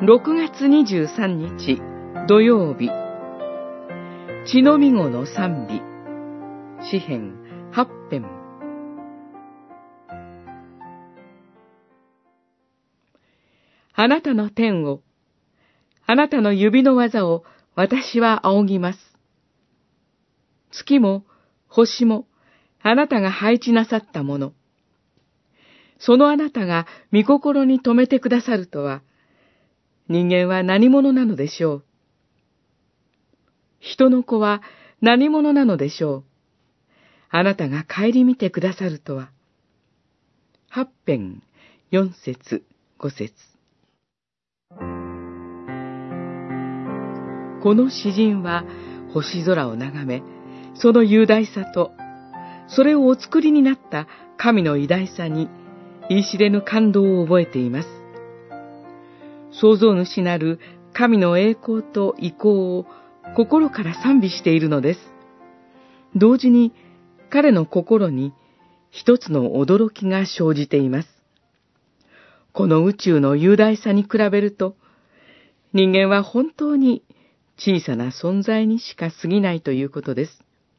6月23日土曜日、血のみ子の賛美、詩編8編。あなたの天を、あなたの指の技を私は仰ぎます。月も星もあなたが配置なさったもの。そのあなたが御心に留めてくださるとは、人間は何者なのでしょう。人の子は何者なのでしょう。あなたが顧みてくださるとは。8編4節5節。この詩人は星空を眺め、その雄大さと、それをお作りになった神の偉大さに言い知れぬ感動を覚えています。創造主なる神の栄光と意向を心から賛美しているのです。同時に彼の心に一つの驚きが生じています。この宇宙の雄大さに比べると、人間は本当に小さな存在にしか過ぎないということです。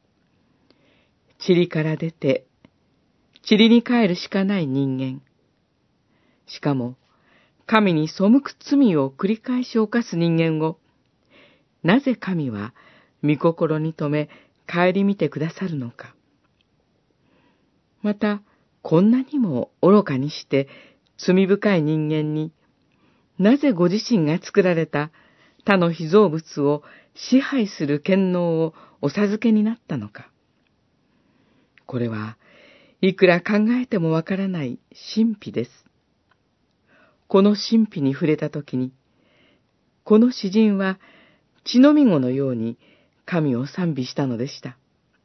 塵から出て、塵に帰るしかない人間。しかも、神に背く罪を繰り返し犯す人間を、なぜ神は御心に留め顧みてくださるのか。また、こんなにも愚かにして罪深い人間に、なぜご自身が作られた他の被造物を支配する権能をお授けになったのか。これはいくら考えてもわからない神秘です。この神秘に触れたときに、この詩人は血のみ子のように神を賛美したのでした。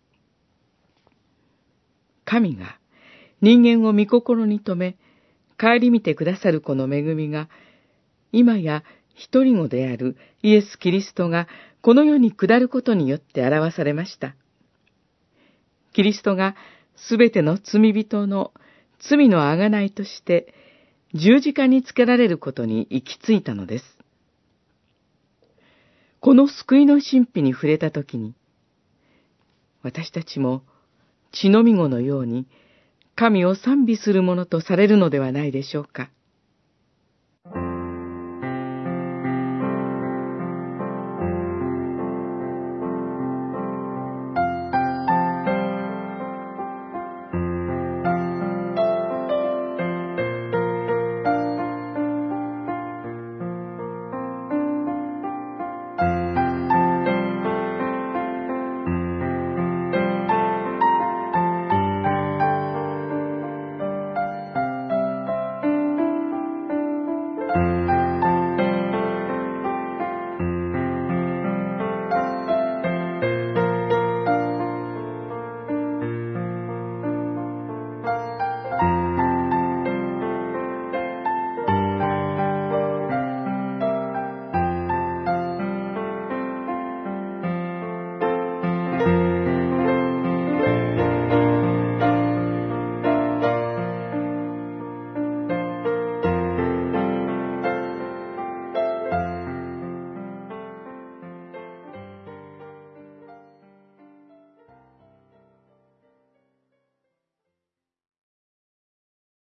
神が人間を御心に留め、顧みてくださるこの恵みが、今や一人子であるイエス・キリストがこの世に下ることによって表されました。キリストがすべての罪人の罪の贖いとして、十字架につけられることに行き着いたのです。この救いの神秘に触れたときに、私たちも血のみ子のように神を賛美するものとされるのではないでしょうか。